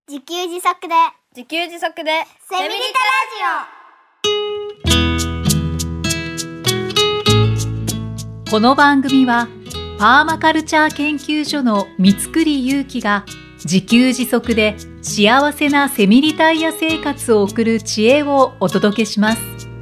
自給自足でセミリタこの番組はパーマカルチャー研究所の三栗祐希が自給自足で幸せなセミリタイヤ生活を送る知恵をお届けします。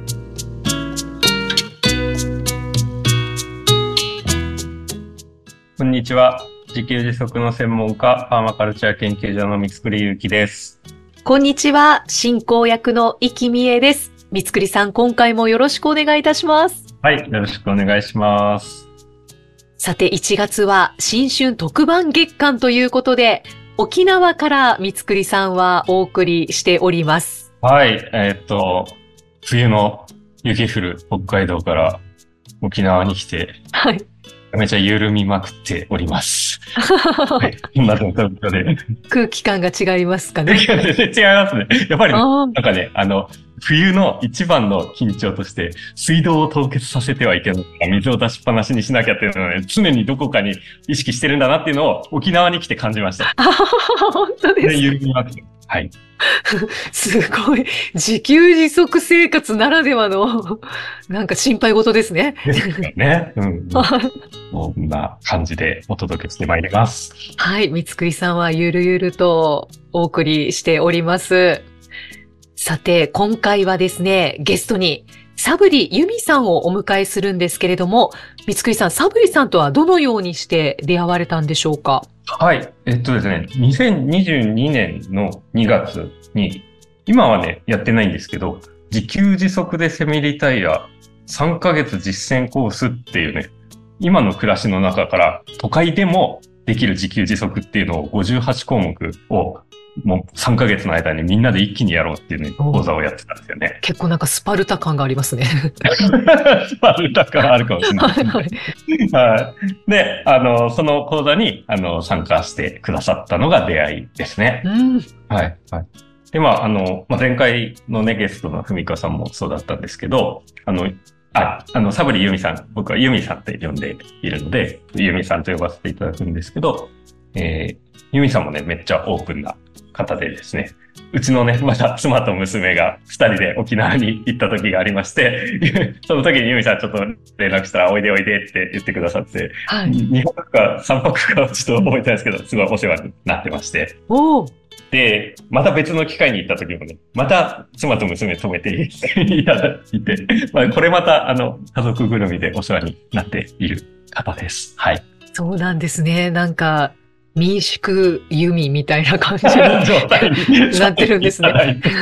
こんにちは。自給自足の専門家、パーマカルチャー研究所の三栗祐希です。 こんにちは。進行役の生きみえです。三栗さん、今回もよろしくお願いいたします。 はい、よろしくお願いします。 さて、1月は新春特番月間ということで、沖縄から三栗さんはお送りしております。 はい、冬の雪降る北海道から沖縄に来て、 はい。 めちゃ緩みまくっております。はい、こんな状況で。 空気感が違いますかね。 全然違いますね。やっぱり、なんかね、冬の一番の緊張として、水道を凍結させてはいけないから、水を出しっぱなしにしなきゃっていうのをね、常にどこかに意識してるんだなっていうのを沖縄に来て感じました。 本当ですか。 緩みまくって。はい。 すごい。自給自足生活ならではの、なんか心配事ですね。 ですよね。こんな感じでお届けしてまいります。 はい。三栗さんはゆるゆるとお送りしております。さて、今回はですね、ゲストにサブリユミさんをお迎えするんですけれども、三栗さん、サブリさんとはどのようにして出会われたんでしょうか？ はい。ですね、2022年の2月に、今はね、やってないんですけど、自給自足でセミリタイヤ3ヶ月実践コースっていうね、今の暮らしの中から都会でもできる自給自足っていうのを58項目をもう3ヶ月の間にみんなで一気にやろうっていうね、講座をやってたんですよね。 結構なんかスパルタ感がありますね。 スパルタ感あるかもしれないですね。はい。で、その講座に、参加してくださったのが出会いですね。はい。はい。で、前回のね、ゲストのふみかさんもそうだったんですけど、サブリユミさん、僕はユミさんって呼んでいるので、ユミさんと呼ばせていただくんですけど、ユミさんもね、めっちゃオープンな方でですね、うちのね、また妻と娘が二人で沖縄に行った時がありまして、その時にユミさんちょっと連絡したら、おいでおいでって言ってくださって、はい、2泊か3泊かちょっと覚えてないですけど、すごいお世話になってまして。で、また別の機会に行った時もね、また妻と娘泊めていただいて、これまた家族ぐるみでお世話になっている方です。はい。 そうなんですね。なんか、民宿弓みたいな感じになってるんですね。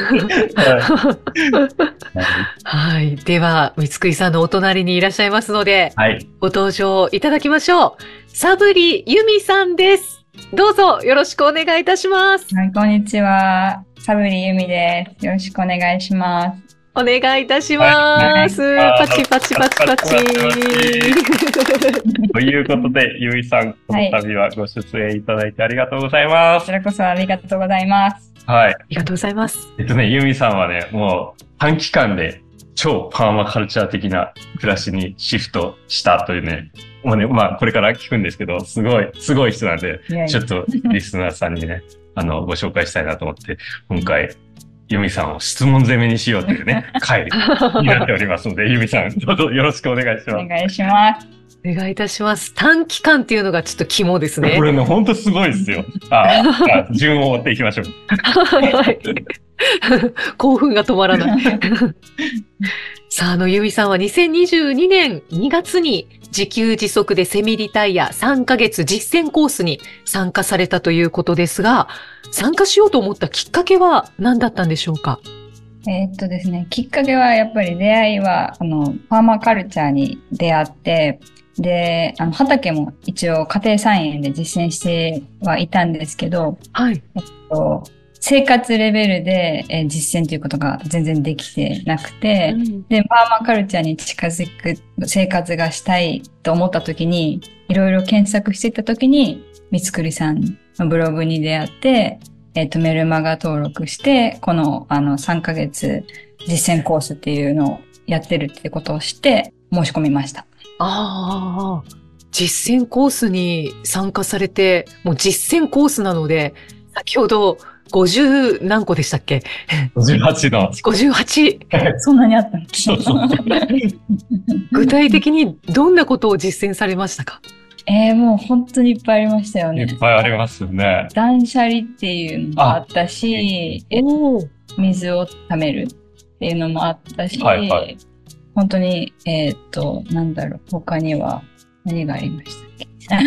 はい。では、三栗さんのお隣にいらっしゃいますので、はい、ご登場いただきましょう。サブリユミさんです。どうぞよろしくお願いいたします。 はい、こんにちは。サブリユミです。よろしくお願いします。 お願いいたします。パチパチパチパチ。 ということで、ゆいさん、この度はご出演いただいてありがとうございます。 こちらこそありがとうございます。 はい。ありがとうございます。 ゆみさんはね、もう短期間で超パーマカルチャー的な暮らしにシフトしたというね、もうね、これから聞くんですけど、すごい人なんで、ちょっとリスナーさんにね、ご紹介したいなと思って、今回、ユミさんを質問攻めにしようというね、回になっておりますので、ユミさん、どうぞよろしくお願いします。 お願いします。 お願いいたします。短期間っていうのがちょっと肝ですね。 これね、ほんとすごいですよ。順を追っていきましょう。 はい。興奮が止まらない。さあ、ユミさんは2022年2月に自給自足でセミリタイヤ3ヶ月実践コースに参加されたということですが、参加しようと思ったきっかけは何だったんでしょうか？ ですね、きっかけはやっぱり出会いは、パーマカルチャーに出会って、で、畑も一応家庭菜園で実践してはいたんですけど、はい。生活レベルで、実践ということが全然できてなくて、で、パーマカルチャーに近づく生活がしたいと思った時に、いろいろ検索していった時に、三栗さんのブログに出会って、メルマガ登録して、この、3ヶ月実践コースっていうのをやってるってことをして、申し込みました。 ああ、実践コースに参加されて、もう実践コースなので、先ほど 50何個でしたっけ？ 58の。 58。 そんなにあったの？ そうそう。 具体的にどんなことを実践されましたか？ もう本当にいっぱいありましたよね。 いっぱいありますよね。 断捨離っていうのもあったし、水を貯めるっていうのもあったし、はいはい、本当に、なんだろう、他には何がありましたっけ？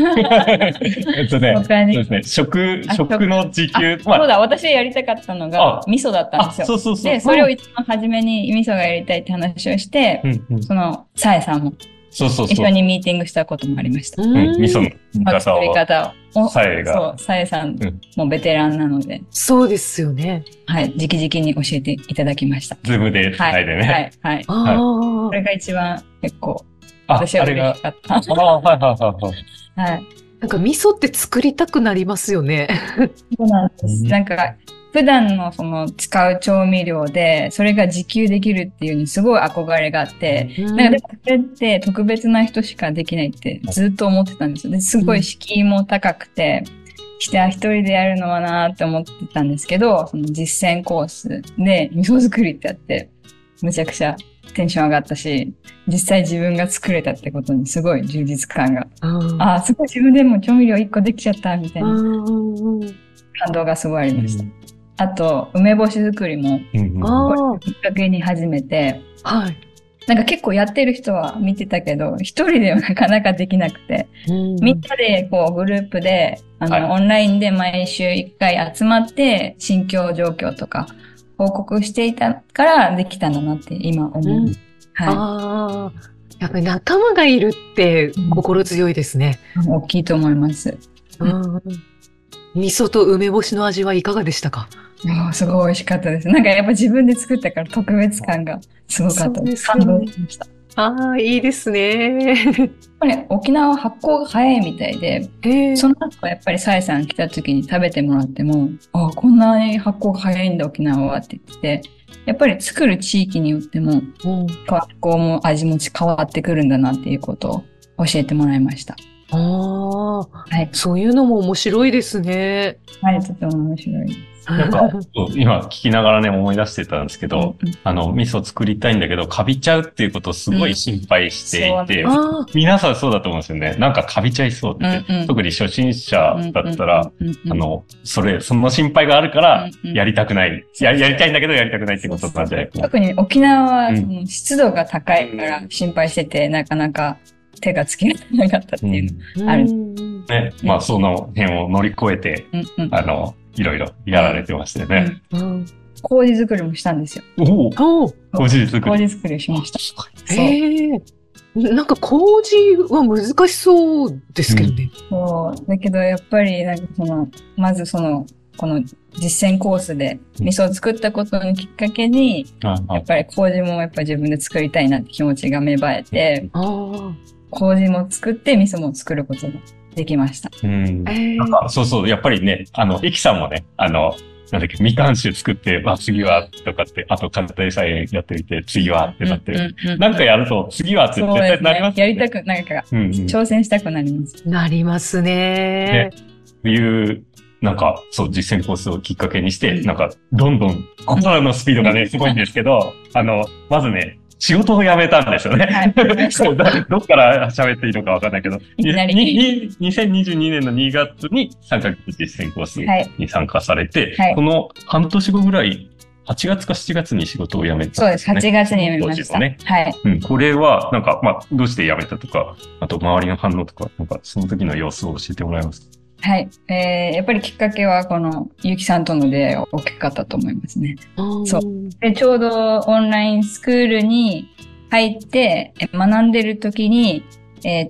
他にそうですね、食の自給。 そうだ、私やりたかったのが味噌だったんですよ。 そうそうそう。 で、それを一番初めに味噌がやりたいって話をして、その、さえさんも一緒にミーティングしたこともありました。 味噌の作り方を。 さえが。 そう、さえさんもベテランなので。 そうですよね。 はい、直々に教えていただきました。 ズームで繋いでね。 はい。それが一番結構、私は嬉しかった。 はい。なんか味噌って作りたくなりますよね。 そうなんです。なんか、普段のその使う調味料で、それが自給できるっていうにすごい憧れがあって、なんかでもこれって特別な人しかできないってずっと思ってたんですよ。ですごい敷居も高くて、一人でやるのはなーって思ってたんですけど、その実践コースで味噌作りってやって、むちゃくちゃテンション上がったし、実際自分が作れたってことにすごい充実感が。すごい自分でも調味料1個できちゃったみたいな感動がすごいありました。あと、梅干し作りも、これきっかけに始めて、 はい。 なんか結構やってる人は見てたけど、一人ではなかなかできなくて、みんなでこうグループで、オンラインで毎週1回集まって、心境状況とか報告していたからできたんだなって今思う。 はい。やっぱり仲間がいるって心強いですね。 大きいと思います。 味噌と梅干しの味はいかがでしたか？ すごい美味しかったです。なんかやっぱ自分で作ったから特別感がすごかったです。感動しました。 いいですね。 やっぱり沖縄は発酵が早いみたいで、その後やっぱりサイさん来た時に食べてもらっても、こんなに発酵が早いんだ沖縄はって言って、やっぱり作る地域によっても、発酵も味も変わってくるんだなっていうことを教えてもらいました。 はい、そういうのも面白いですね。 はい、とても面白いです。 なんか、今聞きながらね、思い出してたんですけど、味噌作りたいんだけど、カビちゃうっていうことをすごい心配していて、皆さんそうだと思うんですよね。なんかカビちゃいそうって。特に初心者だったら、その心配があるから、やりたくない。やりたいんだけど、やりたくないってことなんじゃないかな。 特に沖縄は湿度が高いから心配してて、なかなか手がつけなかったっていうのある。 ね、まあその辺を乗り越えて、いろいろやられてましたよね。 麹作りもしたんですよ。 麹作りをしました。 なんか麹は難しそうですけどね。 そうだけどやっぱりなんかまずこの実践コースで味噌を作ったことのきっかけに、やっぱり麹もやっぱ自分で作りたいなって気持ちが芽生えて、麹も作って味噌も作ることができました。 なんかそう、やっぱりね、イキさんもね、なんだっけ、みかん酒作って、次は、とかって、あと、家庭菜園やってみて、次はってなってる。なんかやると、次はって絶対なりますね。 やりたく、なんか、挑戦したくなります。 なりますね。 なんか、そう、実践コースをきっかけにして、なんか、どんどん、ここからのスピードがね、すごいんですけど、まずね、仕事を辞めたんですよね。はい、どっから喋っていいのかわかんないけど、2022年の2月に3ヶ月実践コースに参加されて、この半年後ぐらい、8月か7月に仕事を辞めたんですね。 そうです。8月に辞めました。ね。はい。 これは、なんか、どうして辞めたとか、あと周りの反応とか、なんか、その時の様子を教えてもらえますか？ はい。やっぱりきっかけは、この、ゆうきさんとの出会いが大きかったと思いますね。そう。で、ちょうどオンラインスクールに入って、学んでる時に、家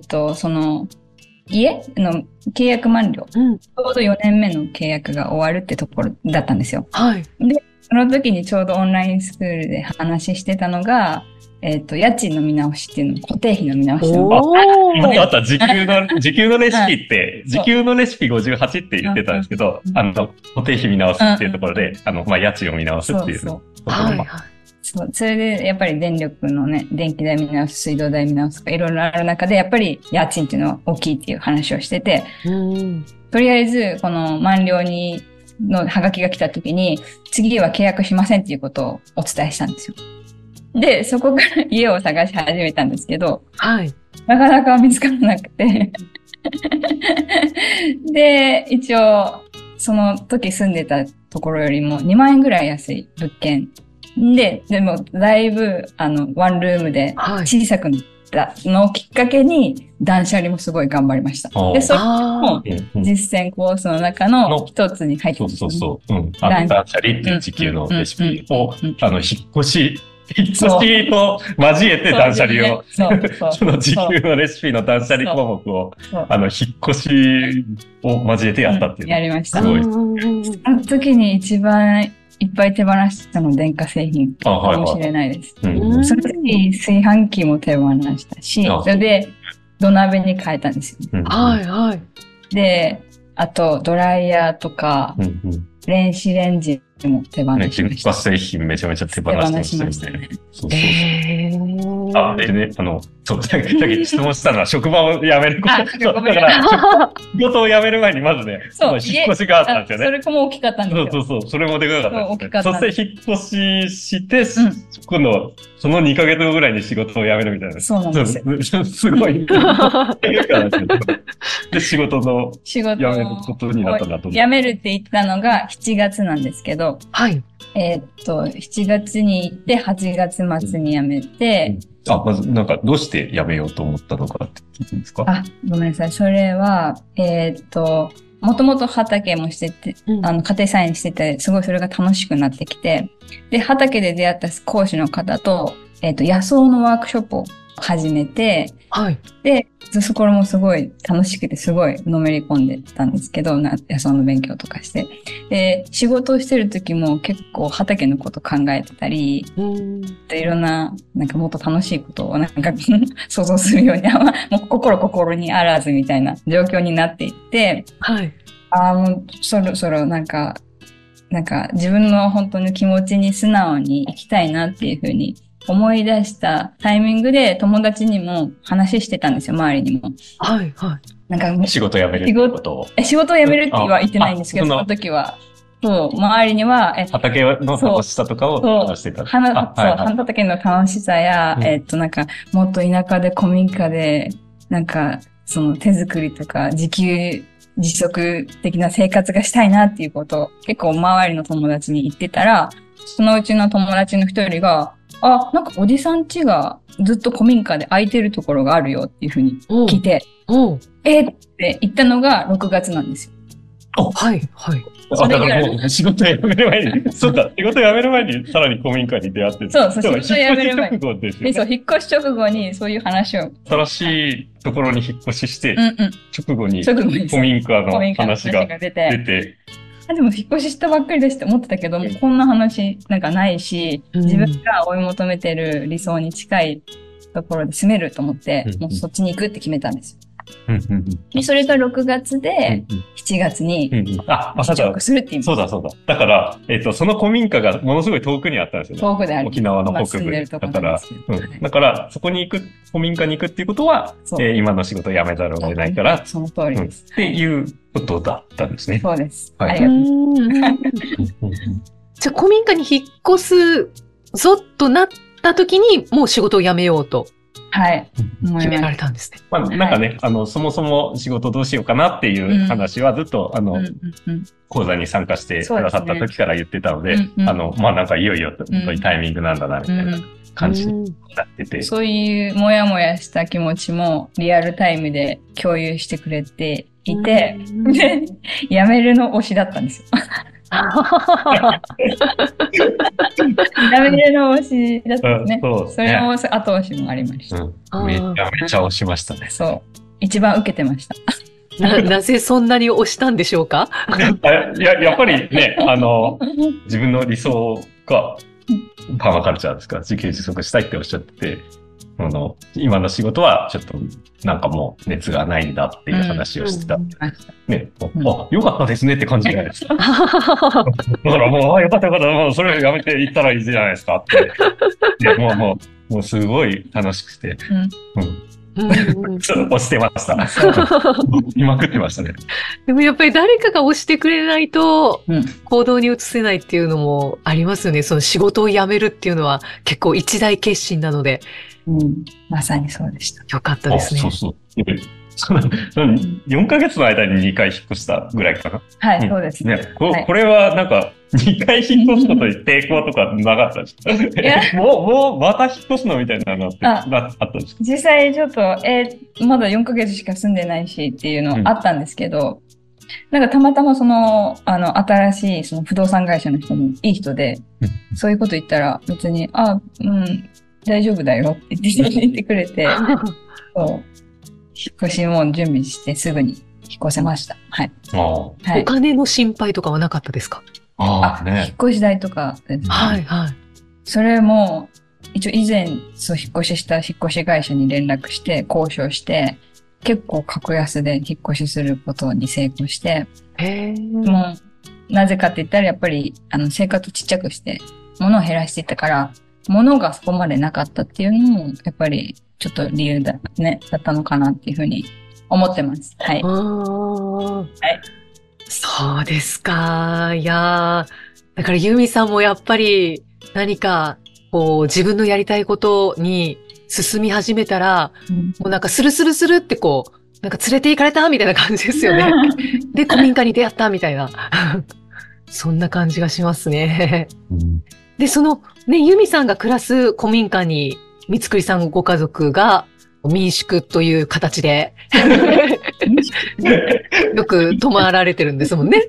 の契約満了、ちょうど4年目の契約が終わるってところだったんですよ。 はい。 で、その時にちょうどオンラインスクールで話してたのが、家賃の見直しっていうの、固定費の見直しあった、時給のレシピって、時給のレシピ58って言ってたんですけど、固定費見直すっていうところで、家賃を見直すっていう。 そう。それで、やっぱり電力のね、電気代見直す、水道代見直すとかいろいろある中で、やっぱり家賃っていうのは大きいっていう話をしてて、とりあえず、この満了にのハガキが来た時に、次は契約しませんっていうことをお伝えしたんですよ。で、そこから家を探し始めたんですけど、 はい。 なかなか見つからなくて。で、一応、その時住んでたところよりも2万円ぐらい安い物件。でも、だいぶ、ワンルームで小さくなったのをきっかけに、断捨離もすごい頑張りました。で、それも実践コースの中の一つに入ってます。 そう。断捨離っていう時給のレシピを、引っ越しと交えて断捨離を、その時給のレシピの断捨離項目を、引っ越しを交えてやったっていう。 やりました。 すごい。 その時に一番いっぱい手放したの電化製品かもしれないです。その時炊飯器も手放したし、それで土鍋に変えたんですよ。 はいはい。 で、あとドライヤーとか、電子レンジも手放しました。 電化製品めちゃめちゃ手放してましたね。そう。でね、さっき質問したのは職場を辞めること。だから、仕事を辞める前にまずね、引っ越しがあったんですよね。 それも大きかったんですよ。 そう。それもでかかった大きかった。 そして引っ越しして、今度、その2ヶ月後ぐらいに仕事を辞めるみたいな。 そうなんですよ。 すごい。で、仕事辞めることになったなと。 辞めるって言ったのが7月なんですけど、 はい。 7月に行って8月末に辞めて、 まずどうして辞めようと思ったのかって聞いていいですか？ ごめんなさい。それは、もともと畑もしてて、家庭菜園してて、すごいそれが楽しくなってきて、で、畑で出会った講師の方と、野草のワークショップを始めて、 はい。 で、そこもすごい楽しくてすごいのめり込んでたんですけど、野草の勉強とかして。で、仕事をしてる時も結構畑のこと考えてたり、いろんな、もっと楽しいことを想像するように、もう心にあらずみたいな状況になっていって、 はい。 もうそろそろ自分の本当の気持ちに素直に生きたいなっていうふうに思い出したタイミングで友達にも話してたんですよ、周りにも。 はいはい。 仕事辞めるってことを。 仕事を辞めるっては言ってないんですけど、その時は。そう、周りには、 畑の楽しさとかを話してた。 畑の楽しさや、もっと田舎で古民家で、その手作りとか自給自足的な生活がしたいなっていうことを結構周りの友達に言ってたら、そのうちの友達の一人が、おじさん家がずっと古民家で空いてるところがあるよっていうふうに聞いて、って言ったのが6月なんですよ。 はい、はい。 だからもう仕事辞める前に、そうか、仕事辞める前にさらに古民家に出会ってる。 そう、仕事辞める前に。 引っ越し直後ですよ。 そう、引っ越し直後にそういう話を。 新しいところに引っ越しして、直後に古民家の話が出て、 でも引っ越ししたばっかりですって思ってたけど、もうこんな話ないし、自分が追い求めてる理想に近いところで住めると思って、もうそっちに行くって決めたんですよ。で、それが6月で、7月に、帰国するっていう。 そうだ。だから、その古民家がものすごい遠くにあったんですよね。 遠くである。 沖縄の北部。だから、そこに古民家に行くっていうことは、今の仕事を辞めざるを得ないから、 その通りです。 っていうことだったんですね。 そうです。 ありがとう。じゃあ、古民家に引っ越すぞとなった時に、もう仕事を辞めようと。 はい。 決められたんですね。 そもそも仕事どうしようかなっていう話はずっと、講座に参加してくださった時から言ってたので、いよいよタイミングなんだな、みたいな感じになってて。 そういうもやもやした気持ちもリアルタイムで共有してくれていて、で、辞めるの推しだったんですよ。ダメの推しだったんですね。それも後押しもありました。 めちゃめちゃ推しましたね。 そう。一番受けてました。 なぜそんなに推したんでしょうか？ やっぱりね、自分の理想がパーマカルチャーですから、自給自足したいっておっしゃってて、今の仕事はちょっともう熱がないんだっていう話をしてた。ね、よかったですねって感じじゃないですか。だからもう、よかった、もうそれをやめていったらいいじゃないですかって。もうすごい楽しくて。 押してました。見まくってましたね。 でもやっぱり誰かが押してくれないと行動に移せないっていうのもありますよね。その仕事を辞めるっていうのは結構一大決心なので。 まさにそうでした。 よかったですね。 そうそう。4ヶ月の間に2回引っ越したぐらいかな。 はい、そうですね。 これはなんか、2回引っ越すことに抵抗とかなかったですか？もう、また引っ越すのみたいなのってあったんですか？ 実際ちょっと、まだ4ヶ月しか住んでないしっていうのあったんですけど、なんかたまたま新しいその不動産会社の人もいい人で、そういうこと言ったら別に、大丈夫だよって言ってくれて、そう引っ越しも準備してすぐに引っ越せました。はい。 お金の心配とかはなかったですか？ 引っ越し代とかですね。 はいはい。 それも、一応以前、引っ越しした引っ越し会社に連絡して交渉して、結構格安で引っ越しすることに成功して、もう、なぜかって言ったらやっぱり、生活ちっちゃくして、物を減らしていったから、物がそこまでなかったっていうのも、やっぱり、ちょっと理由だったのかなっていうふうに思ってます。はい。はい。 そうですか。いやー、だからユミさんもやっぱり何か、こう、自分のやりたいことに進み始めたら、もうなんかスルスルスルってこう、なんか連れて行かれたみたいな感じですよね。で、古民家に出会ったみたいな。そんな感じがしますね。で、ユミさんが暮らす古民家に、三つくりさんご家族が民宿という形でよく泊まられてるんですもんね。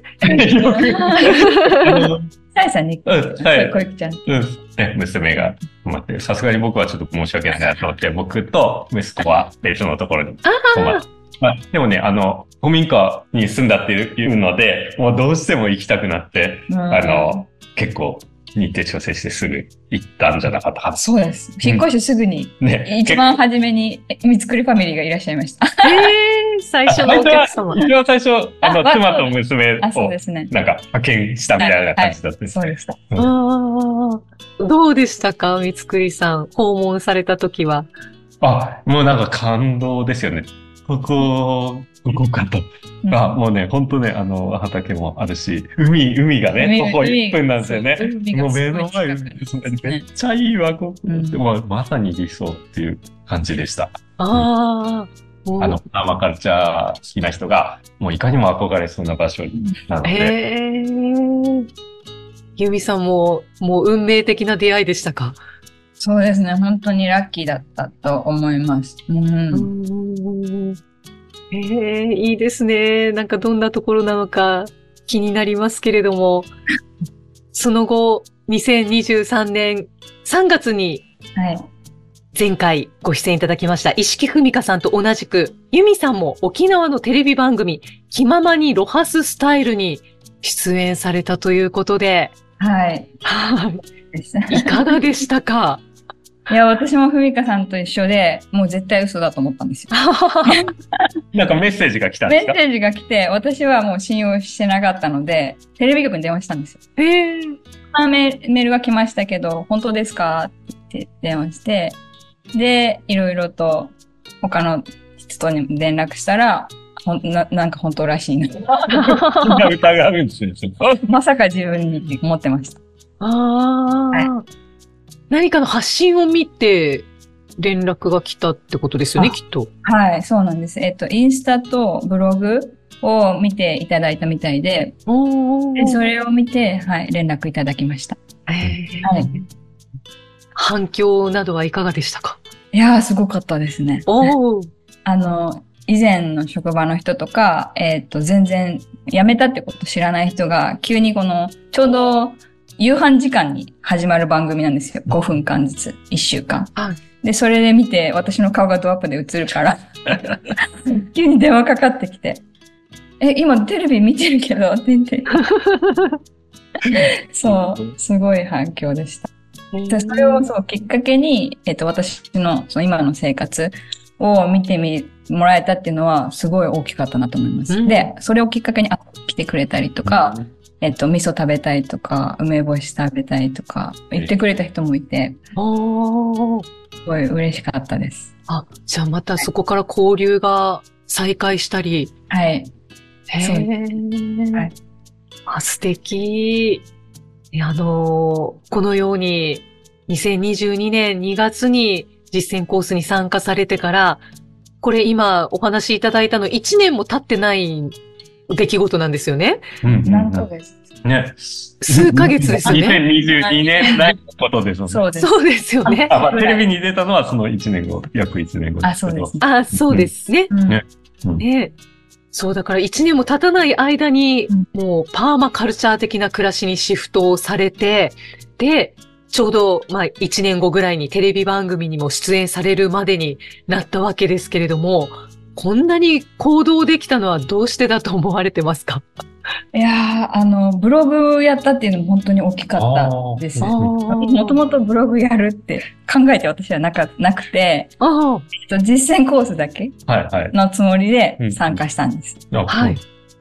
サイさんに、小雪ちゃん。 娘が泊まって、さすがに僕はちょっと申し訳ないなと思って、僕と息子は別のところに泊まって。でもね、古民家に住んだっていうので、もうどうしても行きたくなって、結構、日程調整してすぐ行ったんじゃなかったかな。 そうです。引っ越してすぐに、一番初めに三つくりファミリーがいらっしゃいました。 最初のお客様。 一番最初、妻と娘を、 そうですね。 なんか派遣したみたいな感じだったんです。 そうでした。 どうでしたか、三つくりさん。訪問された時は。 もうなんか感動ですよね。ここかと。もうね、ほんとね、畑もあるし、海がね、ここ1分なんですよね。もう目の前海ですね。めっちゃいいわ、ここ。まさに理想っていう感じでした。パーマカルチャー好きな人が、もういかにも憧れそうな場所なので。 ユミさんもう運命的な出会いでしたか？ そうですね。本当にラッキーだったと思います。 いいですね。なんかどんなところなのか気になりますけれども、その後、2023年3月に、前回ご出演いただきました、石木文香さんと同じく、ユミさんも沖縄のテレビ番組、気ままにロハススタイルに出演されたということで、いかがでしたか？ いや、私もふみかさんと一緒で、もう絶対嘘だと思ったんですよ。 なんかメッセージが来たんですか？ メッセージが来て、私はもう信用してなかったので、テレビ局に電話したんですよ。メールが来ましたけど、本当ですかって電話して、で、いろいろと他の人に連絡したら、なんか本当らしいな。 疑うんですよ。 まさか自分に思ってました。 何かの発信を見て連絡が来たってことですよね、きっと。 はい、そうなんです。インスタとブログを見ていただいたみたいで、それを見て、連絡いただきました。 反響などはいかがでしたか？ いやー、すごかったですね。以前の職場の人とか、全然辞めたってこと知らない人が、急にちょうど、夕飯時間に始まる番組なんですよ。5分間ずつ、1週間。で、それで見て、私の顔がドアップで映るから、急に電話かかってきて、今テレビ見てるけど、って言って。そう、すごい反響でした。でそれをきっかけに、私の今の生活を見てもらえたっていうのは、すごい大きかったなと思います。で、それをきっかけに、来てくれたりとか、味噌食べたいとか、梅干し食べたいとか、言ってくれた人もいて、すごい嬉しかったです。 じゃあまたそこから交流が再開したり。 はい。 そうです。はい。素敵。このように2022年2月に実践コースに参加されてから、これ今お話しいただいたの1年も経ってない出来事なんですよね。 なんとです。 ね。 数ヶ月ですよね。 2022年ないことですよね。 そうですよね。 テレビに出たのはその1年後、約1年後ですけど。 そうですね。ね。そう、だから1年も経たない間に、もうパーマカルチャー的な暮らしにシフトをされて、で、ちょうど、1年後ぐらいにテレビ番組にも出演されるまでになったわけですけれども、こんなに行動できたのはどうしてだと思われてますか？ いやー、ブログやったっていうのも本当に大きかったですね。もともとブログやるって考えて私はなくて、実践コースだけのつもりで参加したんです。 はい。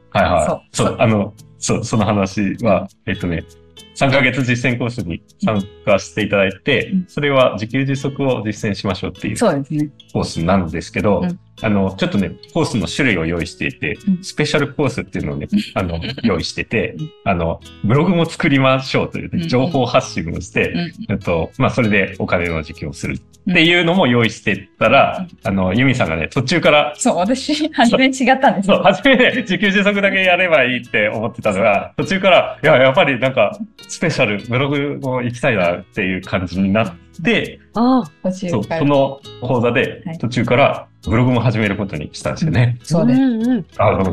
その話は、3ヶ月実践コースに参加していただいて、それは自給自足を実践しましょうっていうコースなんですけど、ちょっとね、コースの種類を用意していて、スペシャルコースっていうのをね、用意してて、ブログも作りましょうという、ね、情報発信をして、それでお金の自給をするっていうのも用意してたら、ユミさんがね、途中から、 そう、私、初め違ったんですよ。 初めね、自給自足だけやればいいって思ってたのが、途中から、やっぱりなんか、スペシャル、ブログも行きたいなっていう感じになって、その講座で途中からブログも始めることにしたんですよね。 そうです。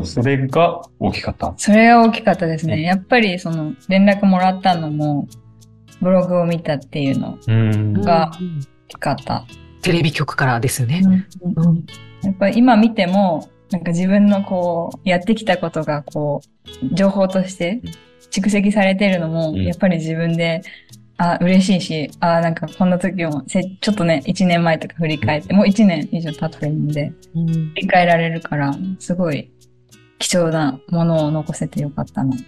それが大きかった。 それが大きかったですね。やっぱり連絡もらったのも、ブログを見たっていうのが大きかった。 テレビ局からですよね。 やっぱり今見ても、なんか自分のやってきたことが情報として蓄積されてるのも、やっぱり自分で、嬉しいし、なんかこんな時も、ちょっとね、1年前とか振り返って、もう1年以上経ってるので、振り返られるから、すごい貴重なものを残せてよかったなって、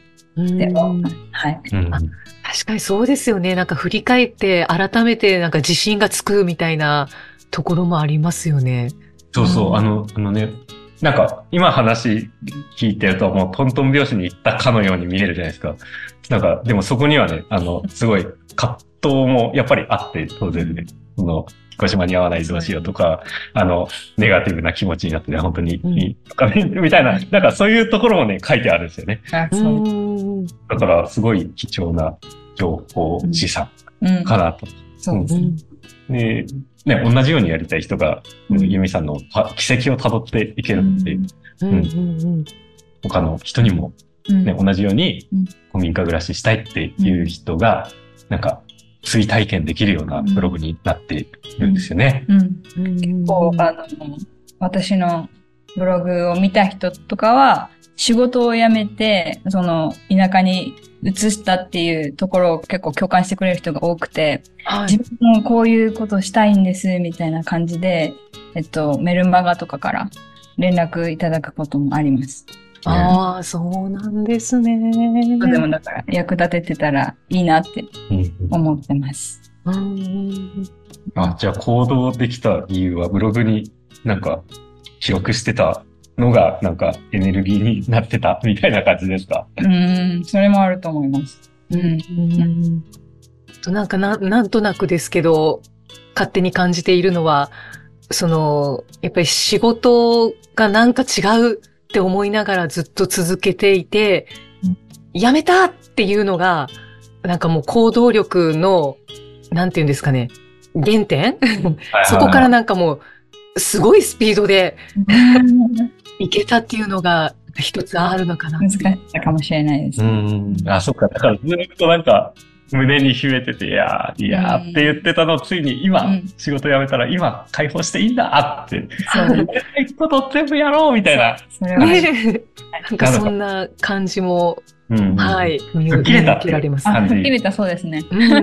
はい。 確かにそうですよね。なんか振り返って改めてなんか自信がつくみたいなところもありますよね。 そうね、なんか今話聞いてるともうトントン拍子に行ったかのように見えるじゃないですか。なんかでもそこにはね、すごい葛藤もやっぱりあって、当然ね、引っ越し間に合わないどうしようとか、ネガティブな気持ちになってね、本当にいいとかね、みたいな、なんかそういうところもね、書いてあるんですよね。だからすごい貴重な情報資産かなと。 そうですね。ね、同じようにやりたい人が、ユミさんの軌跡を辿っていけるので、他の人にも、ね、同じように古民家暮らししたいっていう人が、なんか、追体験できるようなブログになっているんですよね。 結構、私のブログを見た人とかは、仕事を辞めて、田舎に移したっていうところを結構共感してくれる人が多くて、自分もこういうことしたいんです、みたいな感じで、メルマガとかから連絡いただくこともあります。 そうなんですね。 でもだから役立ててたらいいなって思ってます。 じゃあ行動できた理由はブログになんか記録してたのがなんかエネルギーになってたみたいな感じですか？ それもあると思います。 なんとなくですけど、勝手に感じているのは、やっぱり仕事がなんか違うって思いながらずっと続けていて、やめたっていうのが、なんかもう行動力の、なんていうんですかね、原点そこからなんかもう、すごいスピードでいけたっていうのが一つあるのかな。 難しかったかもしれないです。 そっか。だからずっとなんか、胸に秘めてて、いやーって言ってたのをついに今、仕事辞めたら今解放していいんだって、やりたいこと全部やろうみたいな。 なんかそんな感じも、はい、 見受けられます。 吹っ切れたそうですね。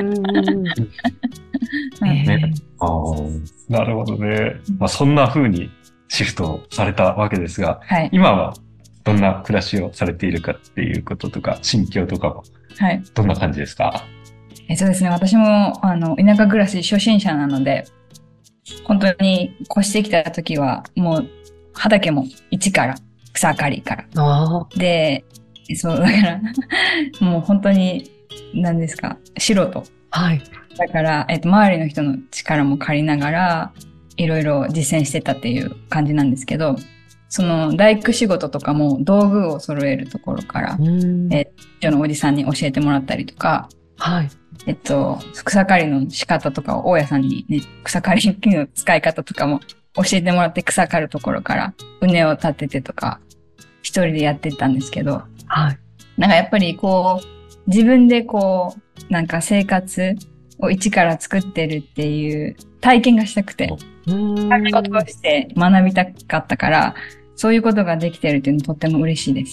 なるほどね。そんな風にシフトされたわけですが、今はどんな暮らしをされているかっていうこととか、心境とかも、どんな感じですか？ そうですね。私も、田舎暮らし初心者なので、 本当に越してきた時は、もう畑も一から草刈りから。で、そう、だからもう本当に、何ですか、素人。 はい。 だから、周りの人の力も借りながら、いろいろ実践してたっていう感じなんですけど、その大工仕事とかも道具を揃えるところから、一緒のおじさんに教えてもらったりとか、 はい。 草刈りの仕方とかを大家さんにね、草刈り機の使い方とかも教えてもらって草刈るところから、畝を立ててとか、一人でやってたんですけど、 はい。 なんかやっぱりこう、自分でこう、なんか生活を一から作ってるっていう体験がしたくて、仕事をして学びたかったから、そういうことができてるっていうのとっても嬉しいです。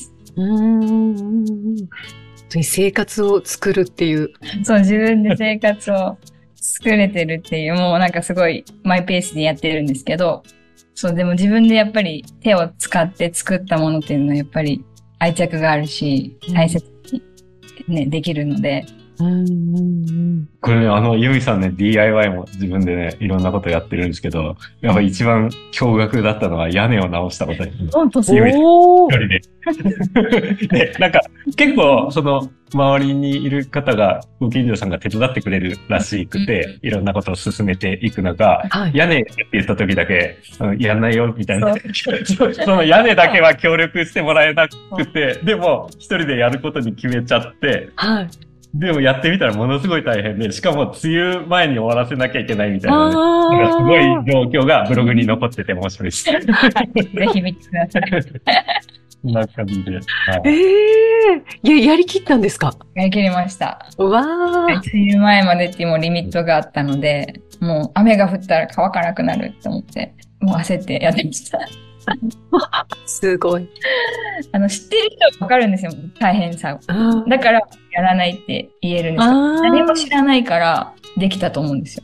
生活を作るっていう。 そう、自分で生活を作れてるっていう、もうなんかすごいマイペースでやってるんですけど、そう、でも自分でやっぱり手を使って作ったものっていうのはやっぱり愛着があるし、大切にね、できるので、 これね、ユミさんね、DIY も自分でね、いろんなことやってるんですけど、やっぱ一番驚愕だったのは屋根を直したことに。 本当そう。 一人で。で、なんか、結構、周りにいる方が、ご近所さんが手伝ってくれるらしくて、いろんなことを進めていく中、屋根って言った時だけ、やんないよ、みたいな。その屋根だけは協力してもらえなくて、でも、一人でやることに決めちゃって、 はい。 でもやってみたらものすごい大変で、しかも梅雨前に終わらせなきゃいけないみたいなね。なんかすごい状況がブログに残ってて面白いです。ぜひ見てください。 こんな感じで。 やりきったんですか？ やりきりました。 わー。梅雨前までっていうもリミットがあったので、もう雨が降ったら乾かなくなると思って、もう焦ってやってました。 すごい。 知ってる人はわかるんですよ、大変さを。だから、やらないって言えるんですよ。何も知らないから、できたと思うんですよ。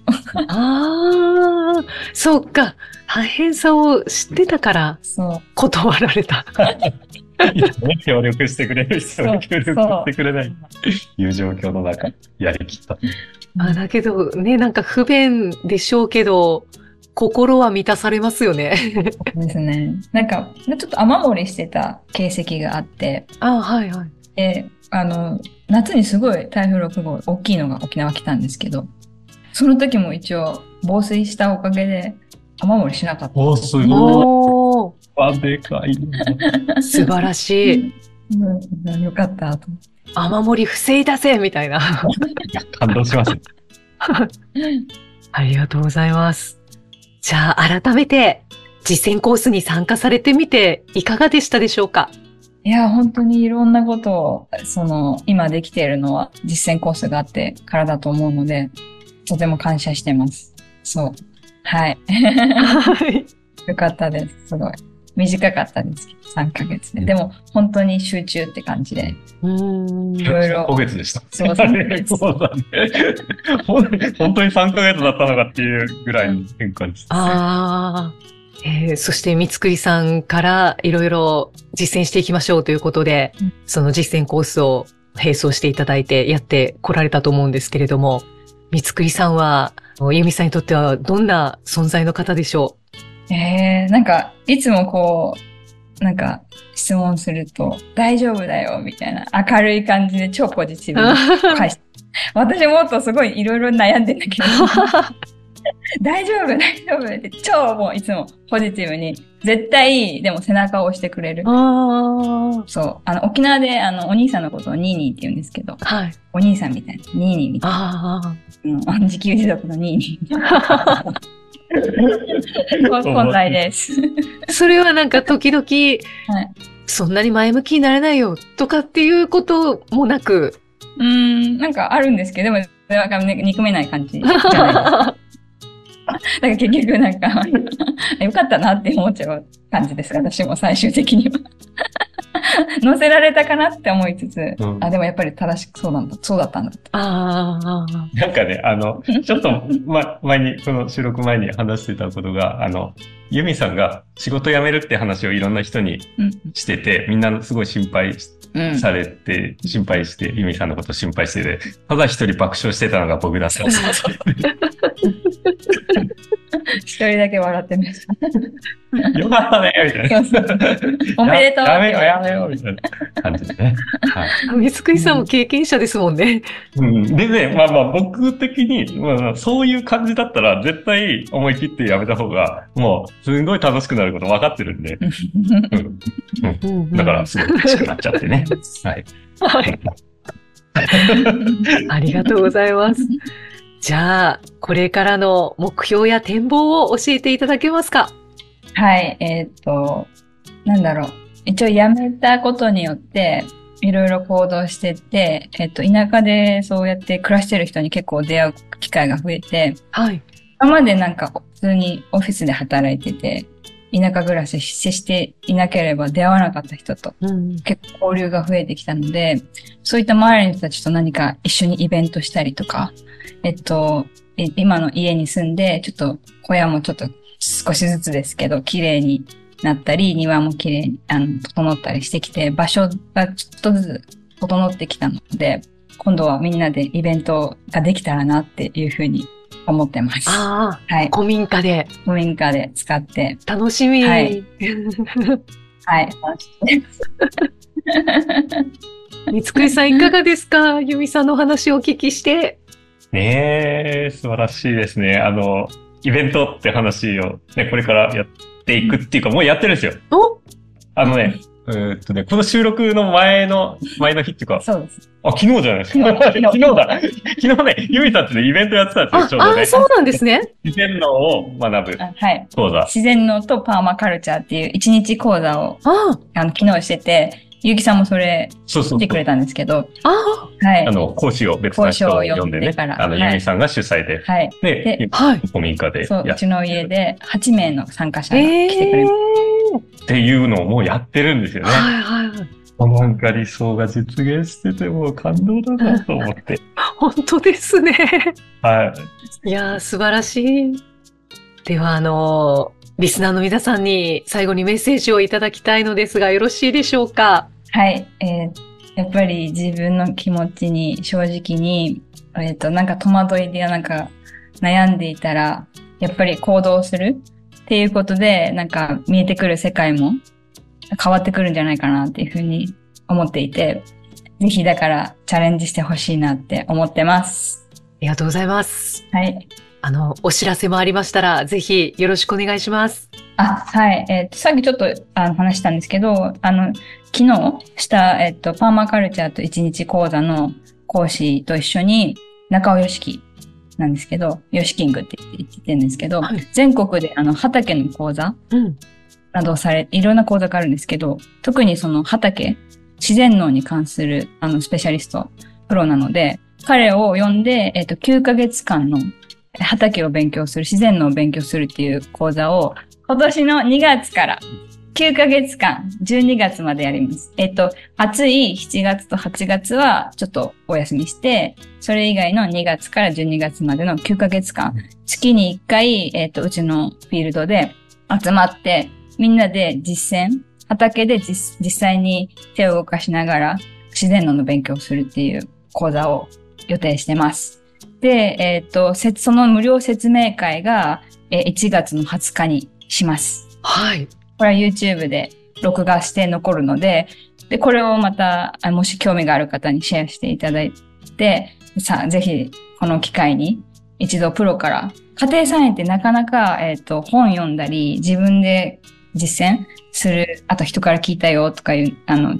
そうか。大変さを知ってたから、断られた。 協力してくれる人が協力してくれないという状況の中、やりきった。 だけどね、なんか不便でしょうけど、心は満たされますよね。 そうですね。なんか、ちょっと雨漏りしてた形跡があって。 はいはい。 で、夏にすごい台風6号、大きいのが沖縄来たんですけど、その時も一応、防水したおかげで、雨漏りしなかった。 すごい。でかい。 素晴らしい。よかったと。 雨漏り防いだぜみたいな。 感動します。 ありがとうございます。じゃあ、改めて、実践コースに参加されてみて、いかがでしたでしょうか？ いや、本当にいろんなことを、今できているのは実践コースがあってからだと思うので、とても感謝してます。そう。はい。よかったです。すごい。短かったですけど、3ヶ月で。でも、本当に集中って感じで。いろいろ。 3ヶ月でした。 そう、3ヶ月。 そうだね。本当に3ヶ月だったのかっていうぐらいの変化です。 そして、三つくりさんからいろいろ実践していきましょうということで、その実践コースを並走していただいてやってこられたと思うんですけれども、三つくりさんは、由美さんにとってはどんな存在の方でしょう？ なんか、いつもなんか、質問すると、大丈夫だよ、みたいな、明るい感じで超ポジティブに返して。私もっとすごいいろいろ悩んでんだけど、大丈夫、大丈夫って超もういつもポジティブに、絶対、でも背中を押してくれる。そう。沖縄でお兄さんのことをニーニーって言うんですけど、 はい。 お兄さんみたいな、ニーニーみたいな。自給自足のニーニー。本来です。 それはなんか時々、はい、そんなに前向きになれないよとかっていうこともなく。 なんかあるんですけど、でも、憎めない感じじゃないですか。だから結局なんか、よかったなって思っちゃう感じです。私も最終的には。乗せられたかなって思いつつ、でもやっぱり正しくそうだったんだって。 なんかね、ちょっと、前に、この収録前に話してたことが、ユミさんが仕事辞めるって話をいろんな人にしてて、みんなすごい心配されて、心配して、ユミさんのこと心配してて、ただ一人爆笑してたのが僕だったんです。 一人だけ笑ってました。 よかったねみたいな。 そうそうおめでとうやめよう、やめようみたいな感じでね。はい。 三つくりさんも経験者ですもんね。 うん。でね、まあまあ僕的に、まあ、そういう感じだったら絶対思い切ってやめた方が、もうすごい楽しくなること分かってるんで。だからすごい楽しくなっちゃってね。はい。 はい。ありがとうございます。じゃあ、これからの目標や展望を教えていただけますか？ はい、なんだろう。一応辞めたことによって、いろいろ行動してって、田舎でそうやって暮らしてる人に結構出会う機会が増えて、 はい。 今までなんか普通にオフィスで働いてて、田舎暮らししていなければ出会わなかった人と結構交流が増えてきたので、そういった周りの人たちと何か一緒にイベントしたりとか、今の家に住んで、ちょっと小屋もちょっと少しずつですけど、綺麗になったり、庭も綺麗に、整ったりしてきて、場所がちょっとずつ整ってきたので、今度はみんなでイベントができたらなっていうふうに思ってます。 ああ、 はい。 古民家で。 古民家で使って。 楽しみ。 はい。はい、楽しみです。 三つくりさんいかがですか？由美さんのお話をお聞きして。 ねえ、素晴らしいですね。イベントって話をね、これからやっていくっていうか、もうやってるんですよ。 おこの収録の前の日っていうか、 そうです。 昨日じゃないですか。昨日だ。昨日ね、ゆみさんってね、イベントやってたんですよ、ちょうどね。 そうなんですね。 自然農を学ぶ講座。 はい。自然農とパーマカルチャーっていう1日講座を、昨日してて、ゆうきさんもそれ、来てくれたんですけど、 はい。 講師を別な人を呼んでね、ゆみさんが主催で、 はい。 で、古民家で。 そう、うちの家で8名の参加者が来てくれます。 っていうのをもうやってるんですよね。 はいはい。 なんか理想が実現してても感動だなと思って。 本当ですね。 はい。 いやー、素晴らしい。では、リスナーの皆さんに最後にメッセージをいただきたいのですが、よろしいでしょうか？ はい。やっぱり自分の気持ちに正直に、なんか戸惑いでなんか悩んでいたら、やっぱり行動するっていうことで、なんか見えてくる世界も変わってくるんじゃないかなっていうふうに思っていて、ぜひだからチャレンジしてほしいなって思ってます。 ありがとうございます。 はい。 お知らせもありましたら、ぜひよろしくお願いします。 はい。さっきちょっと話したんですけど、昨日した、パーマカルチャーと1日講座の講師と一緒に、中尾よしきなんですけど、よしキングって言ってるんですけど、はい、全国で畑の講座などいろんな講座があるんですけど、特にその畑、自然農に関するスペシャリスト、プロなので、彼を呼んで、9ヶ月間の畑を勉強する、自然農を勉強するっていう講座を、今年の2月から9ヶ月間、12月までやります。暑い7月と8月はちょっとお休みして、それ以外の2月から12月までの9ヶ月間、月に1回、うちのフィールドで集まって、みんなで畑で実際に手を動かしながら自然農の勉強をするっていう講座を予定してます。で、その無料説明会が1月の20日にします。 はい。 これは YouTube で録画して残るので、これをまた、もし興味がある方にシェアしていただいて、ぜひこの機会に一度プロから、家庭菜園ってなかなか、本読んだり、自分で実践する、あと人から聞いたよとかいう、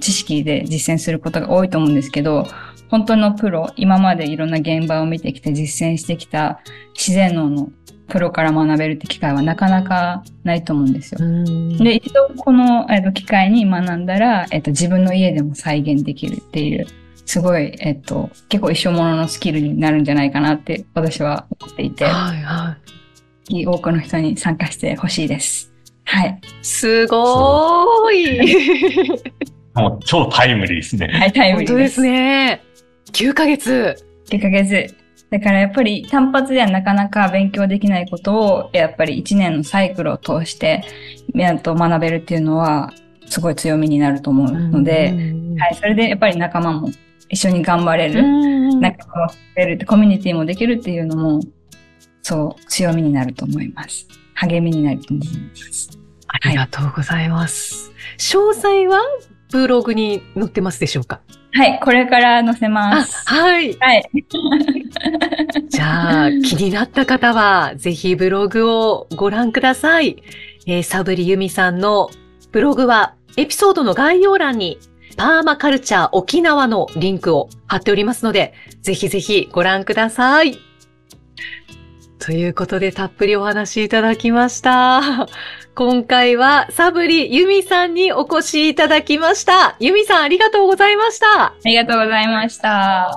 知識で実践することが多いと思うんですけど、本当のプロ、今までいろんな現場を見てきて実践してきた自然農のプロから学べるって機会はなかなかないと思うんですよ。で、一度この、機会に学んだら、自分の家でも再現できるっていう、すごい、結構一生もののスキルになるんじゃないかなって私は思っていて、 はいはい。 多くの人に参加してほしいです。はい。 すごーい。 もう超タイムリーですね。 はい、タイムリーです。 本当ですね。9ヶ月。 9ヶ月。だからやっぱり単発ではなかなか勉強できないことを、やっぱり1年のサイクルを通して、学べるっていうのは、すごい強みになると思うので、はい、それでやっぱり仲間も一緒に頑張れる、仲間も作れるって、コミュニティもできるっていうのも、 そう強みになると思います。励みになると思います。 ありがとうございます。詳細はブログに載ってますでしょうか？ はい、これから載せます。 はい。 はい。 じゃあ、気になった方は、ぜひブログをご覧ください。サブリユミさんのブログは、エピソードの概要欄に、パーマカルチャー沖縄のリンクを貼っておりますので、ぜひぜひご覧ください。ということで、たっぷりお話いただきました。今回はサブリユミさんにお越しいただきました。ユミさんありがとうございました。 ありがとうございました。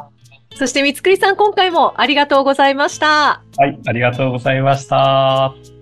そして三つくりさん今回もありがとうございました。 はい、ありがとうございました。